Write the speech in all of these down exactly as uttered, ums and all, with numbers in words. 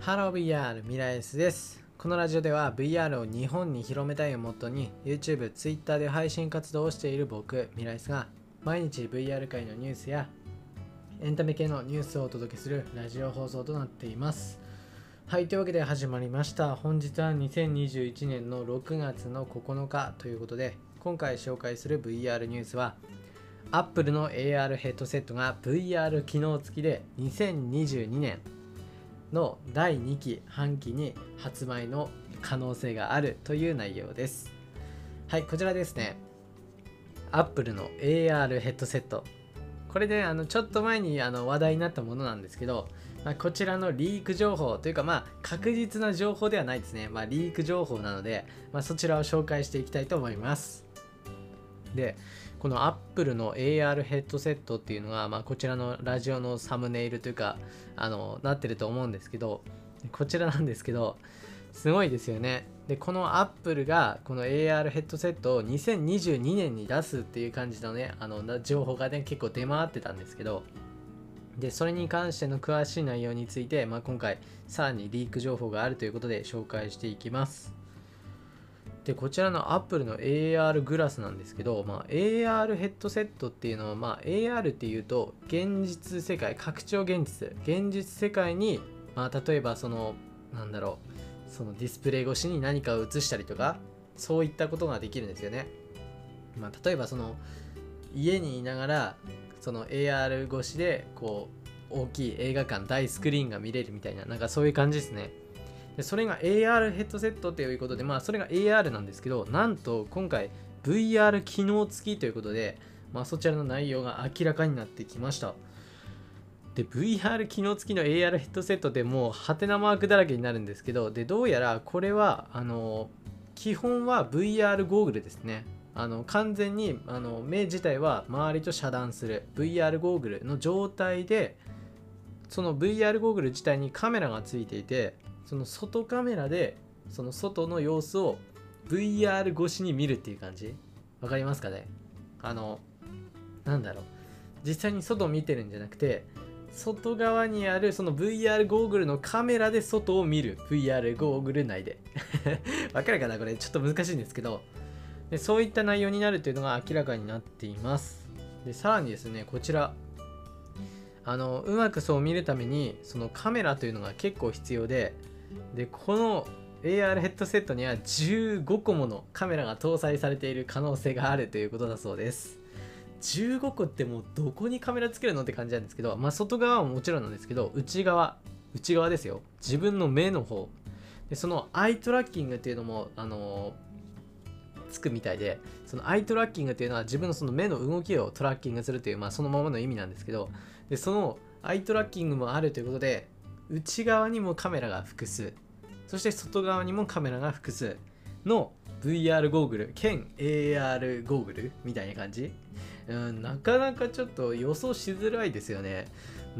ハロー ブイアール ミライスです。このラジオでは ブイアール を日本に広めたいをモットーに YouTube、Twitter で配信活動をしている僕、ミライスが毎日 ブイアール 界のニュースやエンタメ系のニュースをお届けするラジオ放送となっています。はい、というわけで始まりました。本日はにせんにじゅういちねんのろくがつのここのかということで、今回紹介する ブイアール ニュースはApple の エーアール ヘッドセットが ブイアール 機能付きでにせんにじゅうにねんのだいにき半期に発売の可能性があるという内容です。はい、こちらですね。Apple の エーアール ヘッドセット。これであのちょっと前にあの話題になったものなんですけど、まあ、こちらのリーク情報というか、まあ確実な情報ではないですね。まあリーク情報なので、まあ、そちらを紹介していきたいと思います。で、この Apple の エーアール ヘッドセットっていうのが、まあ、こちらのラジオのサムネイルというかあのなってると思うんですけど、こちらなんですけどすごいですよね。でこの Apple がこの エーアール ヘッドセットをにせんにじゅうにねんに出すっていう感じのねあの情報がね結構出回ってたんですけど、でそれに関しての詳しい内容について、まあ、今回さらにリーク情報があるということで紹介していきます。でこちらの Apple の エーアール グラスなんですけど、まあ、エーアール ヘッドセットっていうのは、まあ、エーアール っていうと現実世界、拡張現実現実世界に、まあ、例えばそのなんだろうそのディスプレイ越しに何かを映したりとかそういったことができるんですよね。まあ、例えばその家にいながらその エーアール 越しでこう大きい映画館大スクリーンが見れるみたいな、なんかそういう感じですね。でそれが エーアール ヘッドセットということで、まあそれが エーアール なんですけど、なんと今回 ブイアール 機能付きということで、まあそちらの内容が明らかになってきました。で ブイアール 機能付きの エーアール ヘッドセットでもうハテナマークだらけになるんですけど、でどうやらこれはあの基本は ブイアール ゴーグルですね。あの完全にあの目自体は周りと遮断する ブイアール ゴーグルの状態で、その ブイアール ゴーグル自体にカメラがついていて、その外カメラでその外の様子を ブイアール 越しに見るっていう感じ。わかりますかね。あのなんだろう、実際に外を見てるんじゃなくて、外側にあるその ブイアール ゴーグルのカメラで外を見る ブイアール ゴーグル内でわかるかな、これちょっと難しいんですけど、でそういった内容になるというのが明らかになっています。でさらにですね、こちらあのうまくそう見るためにそのカメラというのが結構必要で、でこの エーアール ヘッドセットにはじゅうごこものカメラが搭載されている可能性があるということだそうです。じゅうごこってもうどこにカメラつけるのって感じなんですけど、まあ外側はもちろんなんですけど、内側内側ですよ、自分の目の方で、そのアイトラッキングっていうのもあのー、つくみたいで、そのアイトラッキングっていうのは自分のその目の動きをトラッキングするという、まあそのままの意味なんですけど、でそのアイトラッキングもあるということで、内側にもカメラが複数、そして外側にもカメラが複数の ブイアール ゴーグル兼 エーアール ゴーグルみたいな感じ。うん、なかなかちょっと予想しづらいですよね。うん、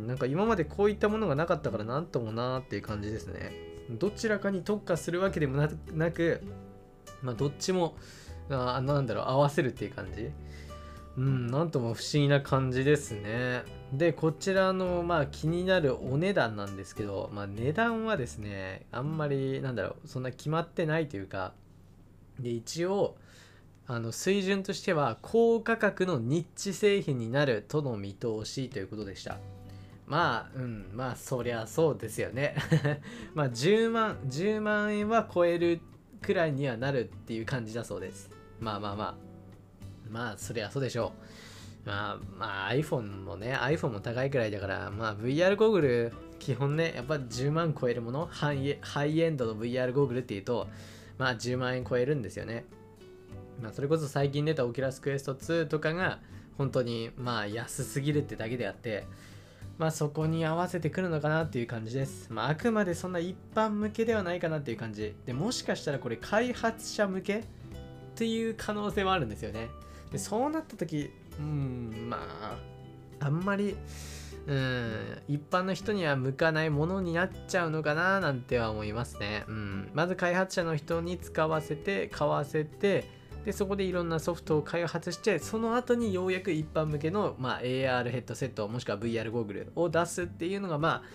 なんか今までこういったものがなかったからなんともなーっていう感じですね。どちらかに特化するわけでもなく、まあ、どっちもあなんだろう合わせるっていう感じ。うん、なんとも不思議な感じですね。でこちらのまあ気になるお値段なんですけど、まあ、値段はですねあんまりなんだろうそんな決まってないというか、で一応あの水準としては高価格のニッチ製品になるとの見通しということでした。まあうんまあそりゃそうですよねまあじゅうまんじゅうまん円は超えるくらいにはなるっていう感じだそうです。まあまあまあまあそりゃそうでしょう。まあまあ iPhone もね iPhone も高いくらいだから、まあ ブイアール ゴーグル基本ねやっぱじゅうまん超えるもの、ハイハイエンドの ブイアール ゴーグルっていうとまあじゅうまん円超えるんですよね。まあそれこそ最近出た Oculus Quest ツーとかが本当にまあ安すぎるってだけであって、まあそこに合わせてくるのかなっていう感じです。まああくまでそんな一般向けではないかなっていう感じで、もしかしたらこれ開発者向けっていう可能性もあるんですよね。でそうなった時、うーんまああんまりうーん一般の人には向かないものになっちゃうのかななんては思いますね。うん、まず開発者の人に使わせて買わせて、でそこでいろんなソフトを開発して、その後にようやく一般向けの、まあ、エーアール ヘッドセットもしくは ブイアール ゴーグルを出すっていうのがま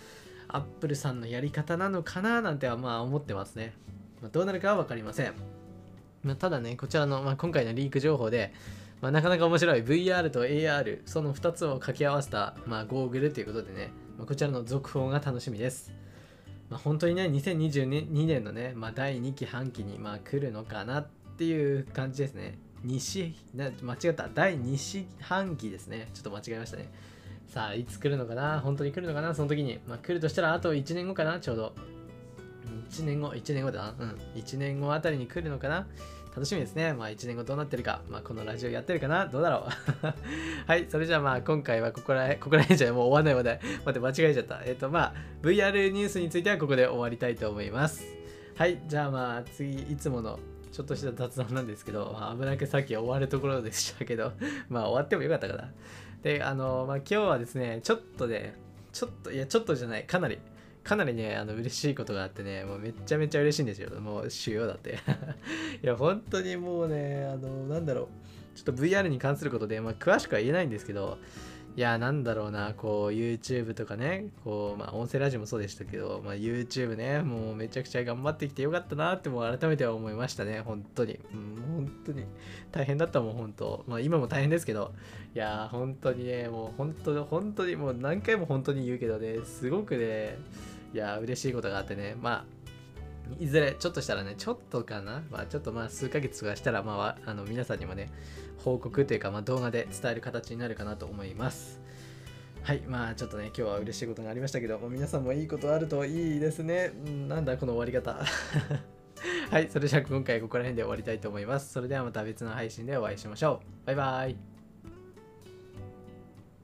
アップルさんのやり方なのかななんてはまあ思ってますね。まあ、どうなるかは分かりません。まあ、ただね、こちらの、まあ、今回のリーク情報で、まあ、なかなか面白い ブイアール と エーアール、そのふたつを掛け合わせた、まあ、ゴーグルということでね、まあ、こちらの続報が楽しみです。まあ、本当にね、にせんにじゅうにねんのね、まあ、だいにき半期にまあ来るのかなっていう感じですね。2四な間違った。だいに四半期ですね。ちょっと間違えましたね。さあ、いつ来るのかな、本当に来るのかな、その時に。まあ、来るとしたらあといちねんごかな、ちょうど。いちねんご、いちねんごだな。うん。いちねんごあたりに来るのかな。楽しみですね。まあいちねんごどうなってるか。まあこのラジオやってるかな、どうだろう。はい、それじゃあまあ今回はここらへん、ここらへんじゃもう終わんない話題。待って、間違えちゃった。えっ、とまあ ブイアール ニュースについてはここで終わりたいと思います。はい、じゃあまあ次、いつものちょっとした雑談なんですけど、まあ、危なくさっき終わるところでしたけど、まあ終わってもよかったかな。で、あの、まあ今日はですね、ちょっとね、ちょっと、いやちょっとじゃない、かなり、かなりね、あの嬉しいことがあってね、もうめっちゃめちゃ嬉しいんですよ。もう主要だって。いや、本当にもうね、あの、なんだろう。ちょっと ブイアール に関することで、まあ、詳しくは言えないんですけど、いや、なんだろうな、こう、YouTube とかね、こう、まあ、音声ラジオもそうでしたけど、まあ、YouTube ね、もうめちゃくちゃ頑張ってきてよかったなって、もう改めては思いましたね、本当に。うん、本当に。大変だったもん、本当。まあ、今も大変ですけど、いや、本当にね、もう本当に、本当に、もう何回も本当に言うけどね、すごくね、いや、嬉しいことがあってね、まあ、いずれちょっとしたらね、ちょっとかな、まあ、ちょっとまあ数ヶ月とかしたら、まあ、あの皆さんにもね、報告というか、まあ、動画で伝える形になるかなと思います。はい、まあちょっとね、今日は嬉しいことがありましたけど、皆さんもいいことあるといいですね。んなんだ、この終わり方。はい、それじゃあ今回ここら辺で終わりたいと思います。それではまた別の配信でお会いしましょう。バイバイ。